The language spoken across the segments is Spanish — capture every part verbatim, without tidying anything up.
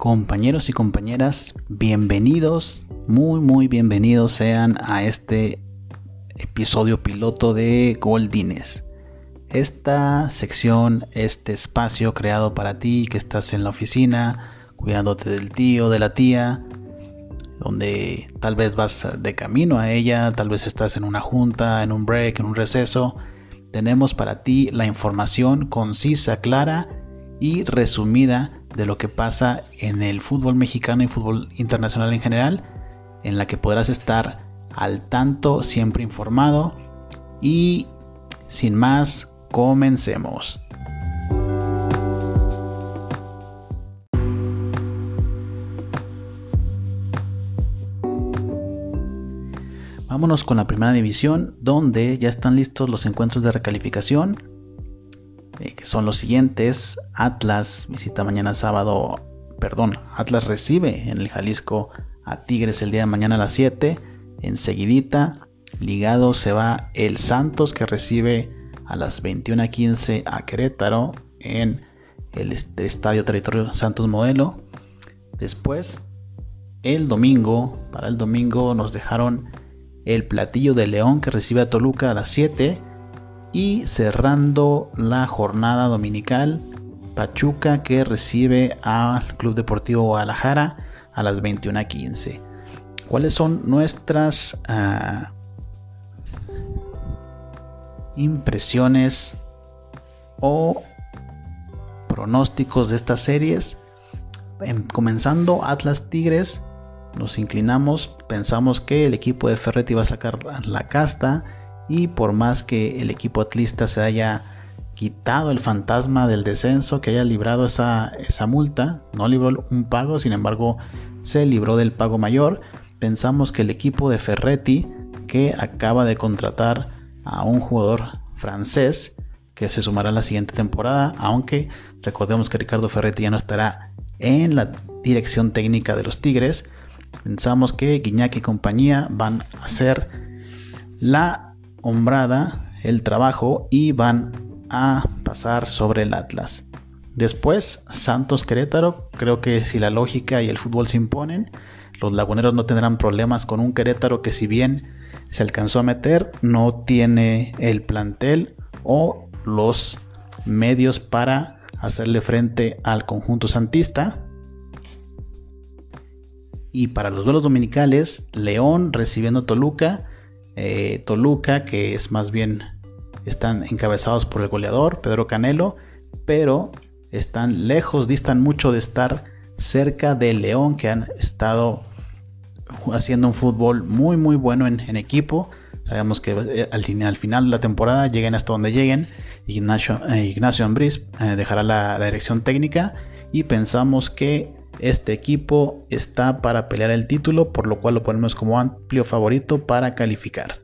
Compañeros y compañeras, bienvenidos, muy muy bienvenidos sean a este episodio piloto de Goldines. Esta sección, este espacio creado para ti que estás en la oficina, cuidándote del tío, de la tía, donde tal vez vas de camino a ella, tal vez estás en una junta, en un break, en un receso. Tenemos para ti la información concisa, clara y resumida de lo que pasa en el fútbol mexicano y fútbol internacional en general, en la que podrás estar al tanto, siempre informado. Y sin más, comencemos. Vámonos con la primera división, donde ya están listos los encuentros de recalificación, eh, que son los siguientes. Atlas visita mañana sábado, perdón, Atlas recibe en el Jalisco a Tigres el día de mañana a las siete. Enseguidita, ligado se va el Santos, que recibe a las veintiuna quince a Querétaro en el Estadio Territorio Santos Modelo. Después, el domingo, para el domingo nos dejaron el Platillo de León, que recibe a Toluca a las siete. Y cerrando la jornada dominical, Pachuca, que recibe al Club Deportivo Guadalajara a las veintiuna quince. ¿Cuáles son nuestras uh, impresiones o pronósticos de estas series? En, comenzando Atlas Tigres, nos inclinamos, pensamos que el equipo de Ferretti va a sacar la casta, y por más que el equipo atlista se haya quitado el fantasma del descenso, que haya librado esa, esa multa, no libró un pago, sin embargo se libró del pago mayor, pensamos que el equipo de Ferretti, que acaba de contratar a un jugador francés que se sumará a la siguiente temporada, aunque recordemos que Ricardo Ferretti ya no estará en la dirección técnica de los Tigres, pensamos que Guiñac y compañía van a hacer la hombrada, el trabajo, y van a pasar sobre el Atlas. Después, Santos Querétaro. Creo que si la lógica y el fútbol se imponen, los laguneros no tendrán problemas con un Querétaro que, si bien se alcanzó a meter, no tiene el plantel o los medios para hacerle frente al conjunto santista. Y para los duelos dominicales, León recibiendo a Toluca. Eh, Toluca, que es más bien, están encabezados por el goleador Pedro Canelo, pero están lejos, distan mucho de estar cerca de León, que han estado haciendo un fútbol muy muy bueno en, en equipo. Sabemos que al, al final de la temporada, lleguen hasta donde lleguen, Ignacio, eh, Ignacio Ambriz eh, dejará la, la dirección técnica, y pensamos que este equipo está para pelear el título, por lo cual lo ponemos como amplio favorito para calificar.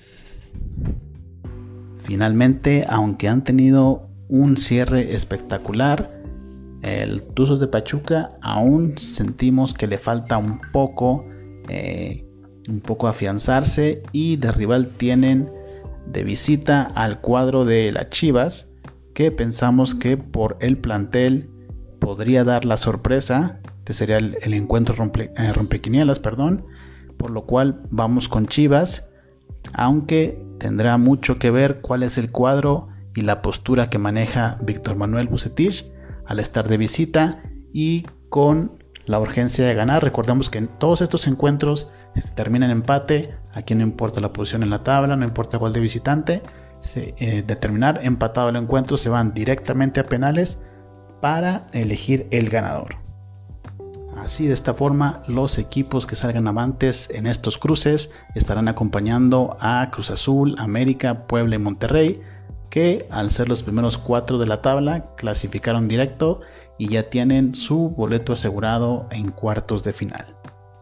Finalmente, aunque han tenido un cierre espectacular, el Tuzos de Pachuca aún sentimos que le falta un poco, eh, un poco afianzarse, y de rival tienen de visita al cuadro de las Chivas, que pensamos que por el plantel podría dar la sorpresa. Este sería el, el encuentro rompe, eh, rompequinielas, perdón, por lo cual vamos con Chivas, aunque tendrá mucho que ver cuál es el cuadro y la postura que maneja Víctor Manuel Bucetich al estar de visita y con la urgencia de ganar. Recordemos que en todos estos encuentros, si se termina en empate, aquí no importa la posición en la tabla, no importa gol de visitante, se, eh, de terminar empatado el encuentro, se van directamente a penales para elegir el ganador. Así, de esta forma, los equipos que salgan avantes en estos cruces estarán acompañando a Cruz Azul, América, Puebla y Monterrey, que al ser los primeros cuatro de la tabla clasificaron directo y ya tienen su boleto asegurado en cuartos de final.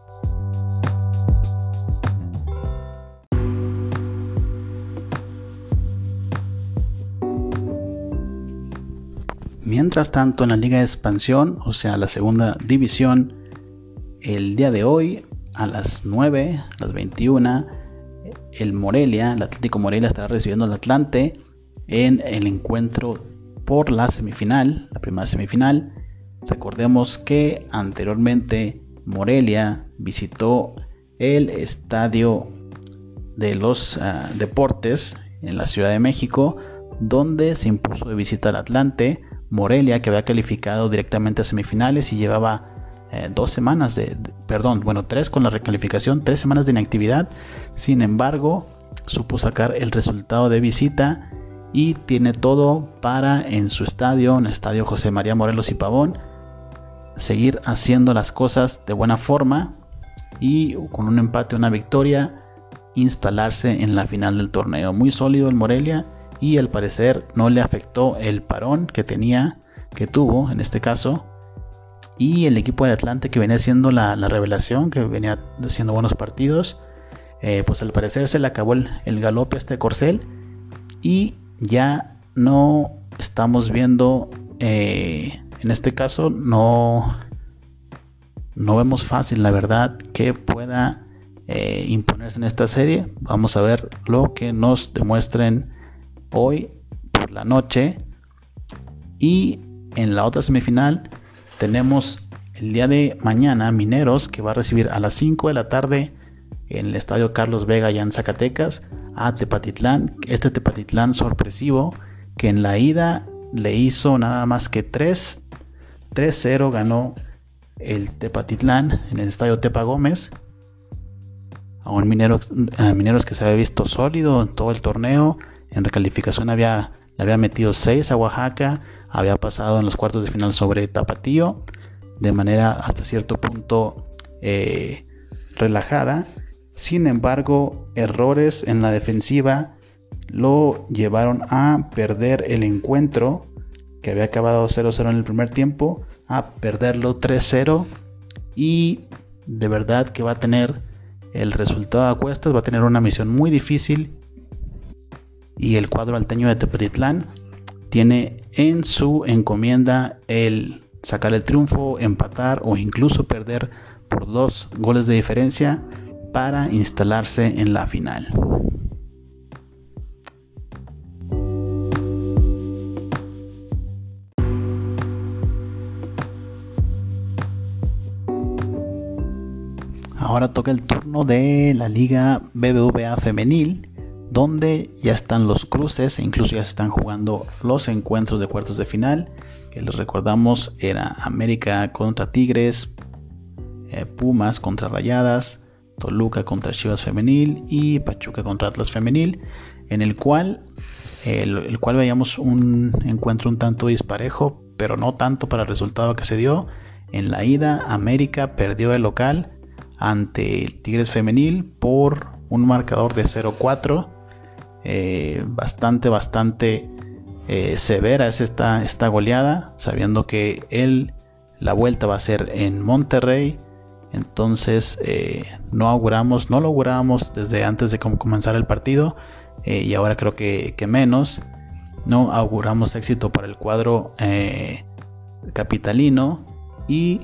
Mientras tanto, en la Liga de Expansión, o sea, la segunda división, el día de hoy a las nueve, a las veintiuna, el Morelia, el Atlético Morelia estará recibiendo al Atlante en el encuentro por la semifinal, la primera semifinal. Recordemos que anteriormente Morelia visitó el estadio de los uh, deportes en la Ciudad de México, donde se impuso de visita al Atlante. Morelia, que había calificado directamente a semifinales y llevaba eh, dos semanas de, de, perdón, bueno, tres con la recalificación, tres semanas de inactividad. Sin embargo, supo sacar el resultado de visita y tiene todo para en su estadio, en el estadio José María Morelos y Pavón, seguir haciendo las cosas de buena forma y con un empate o una victoria instalarse en la final del torneo. Muy sólido el Morelia y al parecer no le afectó el parón que tenía, que tuvo en este caso, y el equipo de Atlante, que venía siendo la, la revelación, que venía haciendo buenos partidos, eh, pues al parecer se le acabó el, el galope a este corcel y ya no estamos viendo eh, en este caso no, no vemos fácil, la verdad, que pueda eh, imponerse en esta serie. Vamos a ver lo que nos demuestren hoy por la noche. Y en la otra semifinal tenemos el día de mañana Mineros, que va a recibir a las cinco de la tarde en el estadio Carlos Vega, allá en Zacatecas, a Tepatitlán. Este Tepatitlán sorpresivo, que en la ida le hizo nada más que tres cero, ganó el Tepatitlán en el estadio Tepa Gómez a un Mineros, a Mineros que se había visto sólido en todo el torneo. En recalificación había, le había metido seis a Oaxaca, había pasado en los cuartos de final sobre Tapatío de manera hasta cierto punto eh, relajada. Sin embargo, errores en la defensiva lo llevaron a perder el encuentro, que había acabado cero cero en el primer tiempo, a perderlo tres cero, y de verdad que va a tener el resultado a cuestas, va a tener una misión muy difícil, y el cuadro alteño de Tepatitlán tiene en su encomienda el sacar el triunfo, empatar o incluso perder por dos goles de diferencia para instalarse en la final. Ahora toca el turno de la Liga B B V A Femenil, donde ya están los cruces e incluso ya se están jugando los encuentros de cuartos de final, que les recordamos era América contra Tigres, eh, Pumas contra Rayadas, Toluca contra Chivas Femenil y Pachuca contra Atlas Femenil, en el cual, eh, el, el cual veíamos un encuentro un tanto disparejo, pero no tanto para el resultado que se dio. En la ida, América perdió el local ante el Tigres Femenil por un marcador de cero cuatro. Eh, bastante, bastante eh, severa es esta, esta goleada, sabiendo que él, la vuelta va a ser en Monterrey. Entonces eh, no auguramos, no lo augurábamos desde antes de comenzar el partido, eh, y ahora creo que, que menos. No auguramos éxito para el cuadro eh, capitalino, y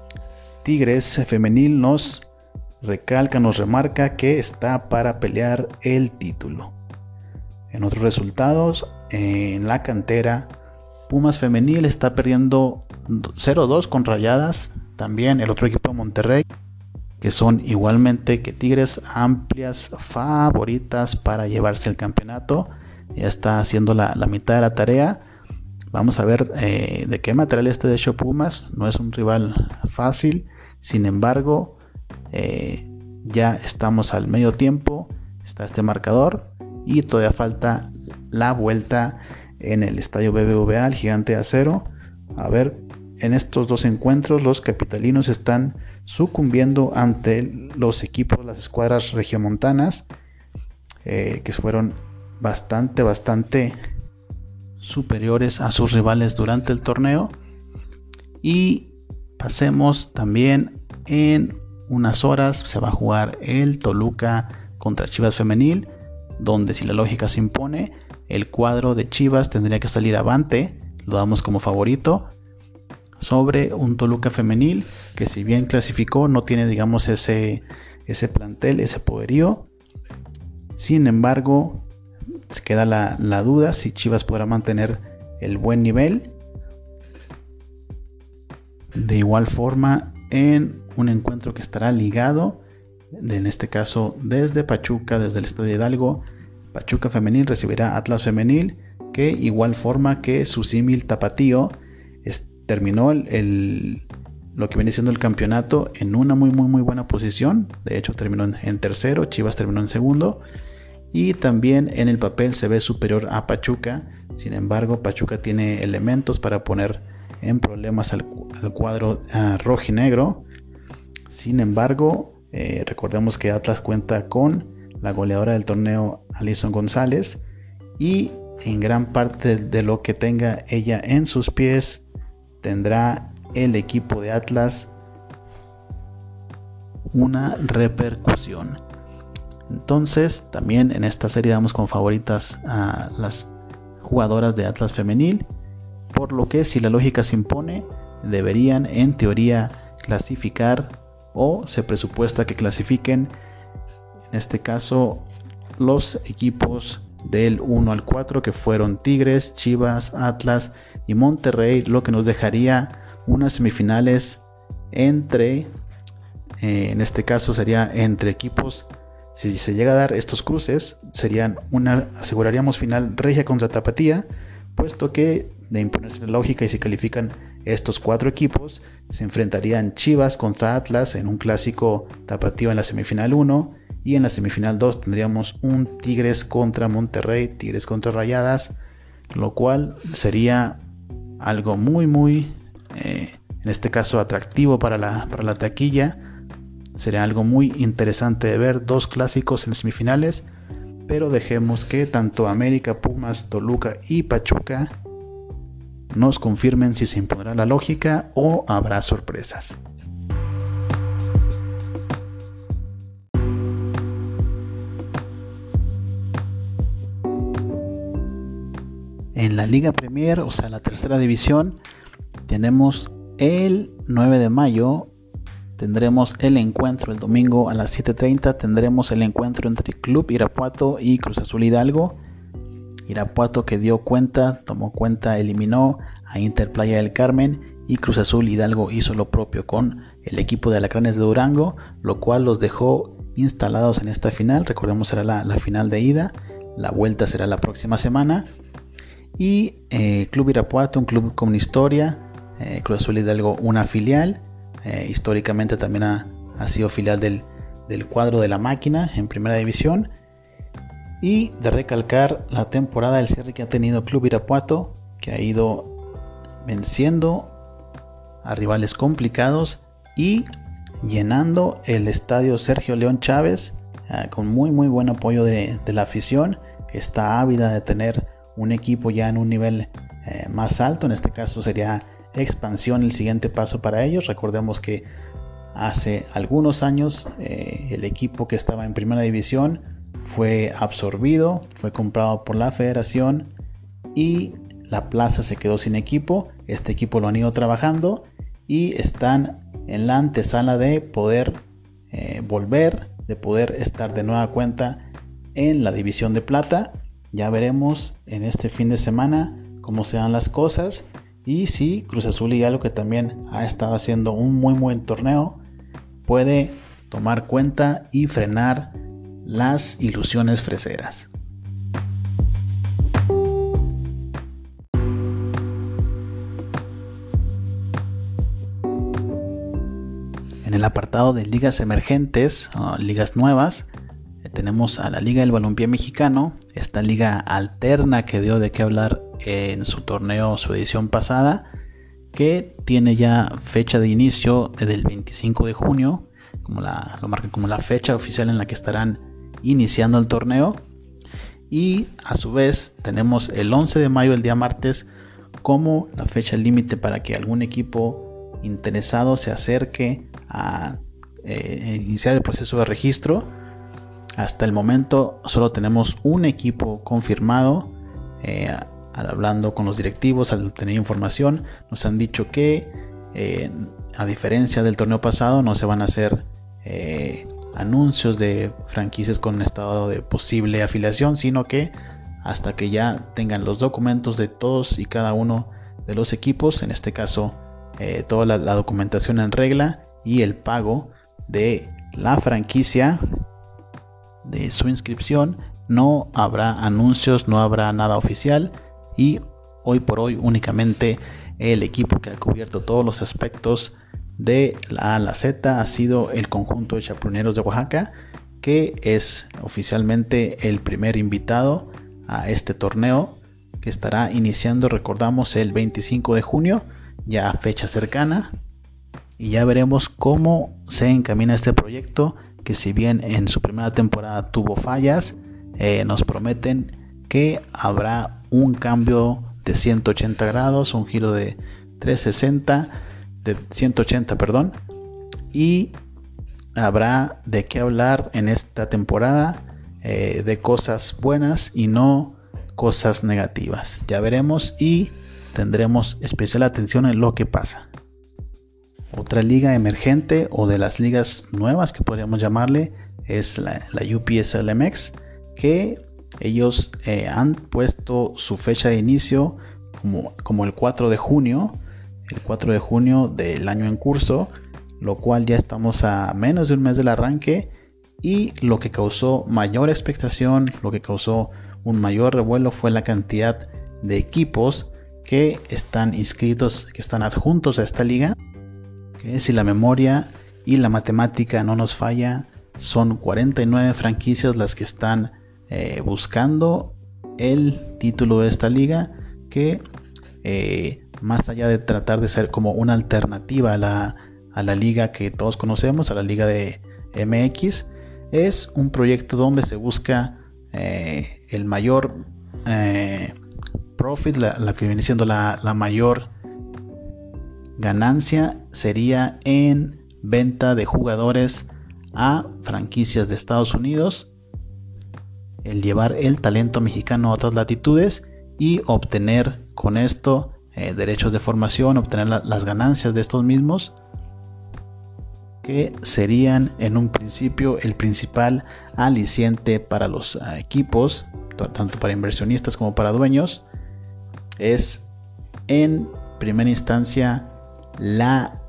Tigres Femenil nos recalca, nos remarca que está para pelear el título. En otros resultados, en la cantera, Pumas Femenil está perdiendo cero dos con Rayadas. También el otro equipo de Monterrey, que son igualmente que Tigres, amplias favoritas para llevarse el campeonato. Ya está haciendo la, la mitad de la tarea. Vamos a ver eh, de qué material está de hecho Pumas. No es un rival fácil. Sin embargo, eh, ya estamos al medio tiempo. Está este marcador y todavía falta la vuelta en el estadio B B V A, el Gigante de Acero. A ver, en estos dos encuentros los capitalinos están sucumbiendo ante los equipos, las escuadras regiomontanas, eh, que fueron bastante, bastante superiores a sus rivales durante el torneo. Y pasemos también, en unas horas se va a jugar el Toluca contra Chivas Femenil, donde si la lógica se impone, el cuadro de Chivas tendría que salir avante, lo damos como favorito, sobre un Toluca Femenil que, si bien clasificó, no tiene, digamos, ese, ese plantel, ese poderío. Sin embargo, se queda la, la duda si Chivas podrá mantener el buen nivel. De igual forma, en un encuentro que estará ligado, en este caso desde Pachuca, desde el Estadio Hidalgo, Pachuca Femenil recibirá Atlas Femenil, que igual forma que su símil tapatío es, terminó el, el, lo que viene siendo el campeonato en una muy muy muy buena posición. De hecho terminó en, en tercero, Chivas terminó en segundo, y también en el papel se ve superior a Pachuca. Sin embargo, Pachuca tiene elementos para poner en problemas al, al cuadro uh, rojinegro. Sin embargo, eh, recordemos que Atlas cuenta con la goleadora del torneo, Alison González, y en gran parte de lo que tenga ella en sus pies tendrá el equipo de Atlas una repercusión. Entonces, también en esta serie damos como favoritas a las jugadoras de Atlas Femenil, por lo que si la lógica se impone, deberían en teoría clasificar, o se presupuesta que clasifiquen, en este caso, los equipos del uno al cuatro, que fueron Tigres, Chivas, Atlas y Monterrey, lo que nos dejaría unas semifinales entre, eh, en este caso sería entre equipos. Si se llega a dar estos cruces, serían una, aseguraríamos final Regia contra Tapatía, puesto que de imponerse la lógica y si califican estos cuatro equipos, se enfrentarían Chivas contra Atlas en un clásico tapatío en la semifinal uno, y en la semifinal dos tendríamos un Tigres contra Monterrey, Tigres contra Rayadas, lo cual sería algo muy muy, eh, en este caso atractivo para la, para la taquilla. Sería algo muy interesante de ver, dos clásicos en semifinales, pero dejemos que tanto América, Pumas, Toluca y Pachuca nos confirmen si se impondrá la lógica o habrá sorpresas. En la Liga Premier, o sea la tercera división, tenemos el nueve de mayo. Tendremos el encuentro el domingo a las siete treinta. Tendremos el encuentro entre Club Irapuato y Cruz Azul Hidalgo. Irapuato, que dio cuenta, tomó cuenta, eliminó a Inter Playa del Carmen, y Cruz Azul Hidalgo hizo lo propio con el equipo de Alacranes de Durango, lo cual los dejó instalados en esta final. Recordemos, será la, la final de ida, la vuelta será la próxima semana. Y eh, Club Irapuato, un club con historia, eh, Cruz Azul Hidalgo una filial. Eh, históricamente también ha, ha sido filial del, del cuadro de la máquina en primera división. Y de recalcar la temporada del cierre que ha tenido Club Irapuato, que ha ido venciendo a rivales complicados y llenando el estadio Sergio León Chávez, eh, con muy muy buen apoyo de, de la afición, que está ávida de tener un equipo ya en un nivel eh, más alto. En este caso sería expansión el siguiente paso para ellos. Recordemos que hace algunos años eh, el equipo que estaba en primera división fue absorbido, fue comprado por la federación y la plaza se quedó sin equipo. Este equipo lo han ido trabajando y están en la antesala de poder eh, volver, de poder estar de nueva cuenta en la división de plata. Ya veremos en este fin de semana cómo se dan las cosas. Y si Cruz Azul Hidalgo, que también ha estado haciendo un muy buen torneo, puede tomar cuenta y frenar las ilusiones freseras. En el apartado de ligas emergentes, o ligas nuevas, tenemos a la Liga del Balompié Mexicano, esta liga alterna que dio de qué hablar en su torneo, su edición pasada, que tiene ya fecha de inicio desde el veinticinco de junio, como la, lo marcan como la fecha oficial en la que estarán iniciando el torneo. Y a su vez tenemos el once de mayo, el día martes, como la fecha límite para que algún equipo interesado se acerque a eh, iniciar el proceso de registro. Hasta el momento solo tenemos un equipo confirmado. Eh, hablando con los directivos, al obtener información, nos han dicho que eh, a diferencia del torneo pasado, no se van a hacer eh, anuncios de franquicias con estado de posible afiliación, sino que hasta que ya tengan los documentos de todos y cada uno de los equipos, en este caso eh, toda la, la documentación en regla y el pago de la franquicia, de su inscripción. No habrá anuncios, no habrá nada oficial, y hoy por hoy únicamente el equipo que ha cubierto todos los aspectos de la A a la Z ha sido el conjunto de Chapulneros de Oaxaca, que es oficialmente el primer invitado a este torneo, que estará iniciando, recordamos, el veinticinco de junio, ya fecha cercana, y ya veremos cómo se encamina este proyecto, que si bien en su primera temporada tuvo fallas, eh, nos prometen que habrá un cambio de ciento ochenta grados, un giro de trescientos sesenta, de ciento ochenta, perdón, y habrá de qué hablar en esta temporada, eh, de cosas buenas y no cosas negativas. Ya veremos, y tendremos especial atención en lo que pasa. Otra liga emergente, o de las ligas nuevas que podríamos llamarle, es la, la U P S L M X, que ellos eh, han puesto su fecha de inicio como, como el cuatro de junio, el cuatro de junio del año en curso, lo cual ya estamos a menos de un mes del arranque, y lo que causó mayor expectación, lo que causó un mayor revuelo fue la cantidad de equipos que están inscritos, que están adjuntos a esta liga, que si la memoria y la matemática no nos falla, son cuarenta y nueve franquicias las que están eh, buscando el título de esta liga, que eh, más allá de tratar de ser como una alternativa a la, a la liga que todos conocemos, a la liga de M X, es un proyecto donde se busca eh, el mayor eh, profit, la, la que viene siendo la, la mayor ganancia sería en venta de jugadores a franquicias de Estados Unidos, el llevar el talento mexicano a otras latitudes y obtener con esto eh, derechos de formación, obtener la, las ganancias de estos mismos, que serían en un principio el principal aliciente para los uh, equipos, tanto para inversionistas como para dueños. Es en primera instancia la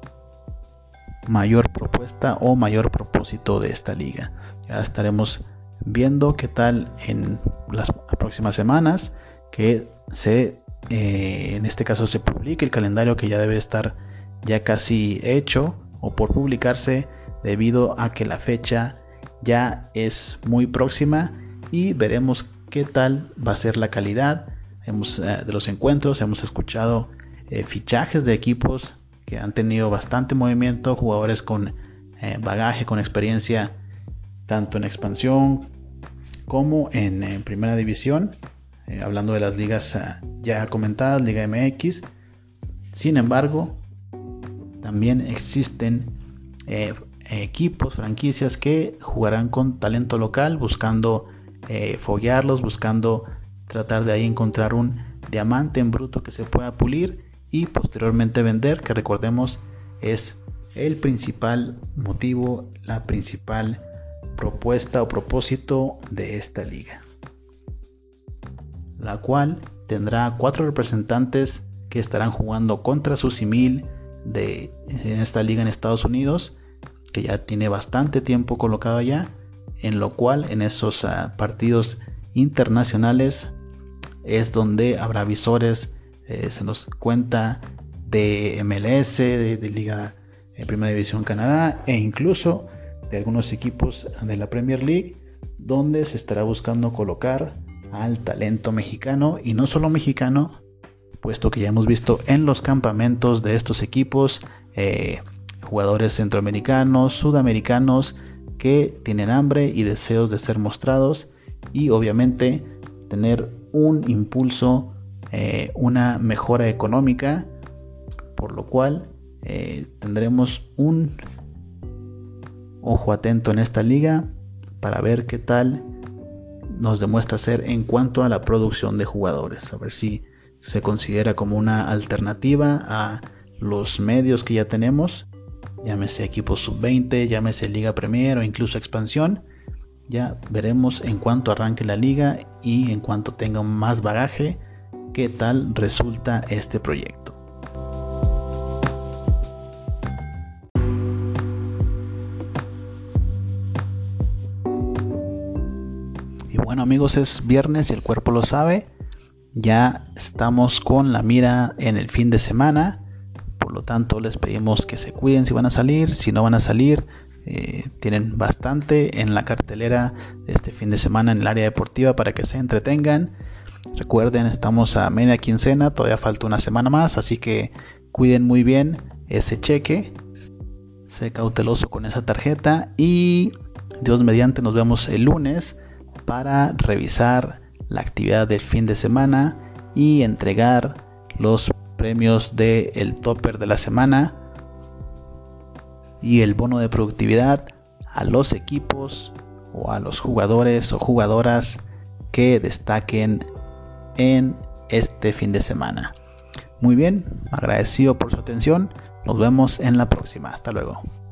mayor propuesta o mayor propósito de esta liga. Ya estaremos viendo qué tal en las próximas semanas, que se eh, en este caso se publique el calendario, que ya debe estar ya casi hecho o por publicarse, debido a que la fecha ya es muy próxima, y veremos qué tal va a ser la calidad hemos, eh, de los encuentros. Hemos escuchado eh, fichajes de equipos que han tenido bastante movimiento, jugadores con eh, bagaje, con experiencia, tanto en expansión como en, en primera división, eh, hablando de las ligas eh, ya comentadas, Liga M X. Sin embargo, también existen eh, equipos, franquicias que jugarán con talento local, buscando eh, foguearlos, buscando tratar de ahí encontrar un diamante en bruto que se pueda pulir y posteriormente vender, que recordemos es el principal motivo, la principal propuesta o propósito de esta liga, la cual tendrá cuatro representantes que estarán jugando contra su símil de en esta liga en Estados Unidos, que ya tiene bastante tiempo colocado allá, en lo cual en esos uh, partidos internacionales es donde habrá visores, eh, se nos cuenta de M L S, de, de Liga eh, Primera División Canadá, e incluso de algunos equipos de la Premier League, donde se estará buscando colocar al talento mexicano, y no solo mexicano, puesto que ya hemos visto en los campamentos de estos equipos eh, jugadores centroamericanos, sudamericanos, que tienen hambre y deseos de ser mostrados, y obviamente tener un impulso, eh, una mejora económica, por lo cual eh, tendremos un ojo atento en esta liga para ver qué tal nos demuestra ser en cuanto a la producción de jugadores, a ver si se considera como una alternativa a los medios que ya tenemos, llámese equipos sub veinte, llámese Liga Premier o incluso expansión. Ya veremos en cuanto arranque la liga y en cuanto tenga más bagaje qué tal resulta este proyecto. Bueno amigos, es viernes y el cuerpo lo sabe. Ya estamos con la mira en el fin de semana. Por lo tanto les pedimos que se cuiden si van a salir. Si no van a salir, eh, tienen bastante en la cartelera de este fin de semana en el área deportiva para que se entretengan. Recuerden, estamos a media quincena, todavía falta una semana más, así que cuiden muy bien ese cheque. Sé cauteloso con esa tarjeta y Dios mediante nos vemos el lunes para revisar la actividad del fin de semana y entregar los premios del topper de la semana y el bono de productividad a los equipos o a los jugadores o jugadoras que destaquen en este fin de semana. Muy bien, agradecido por su atención. Nos vemos en la próxima. Hasta luego.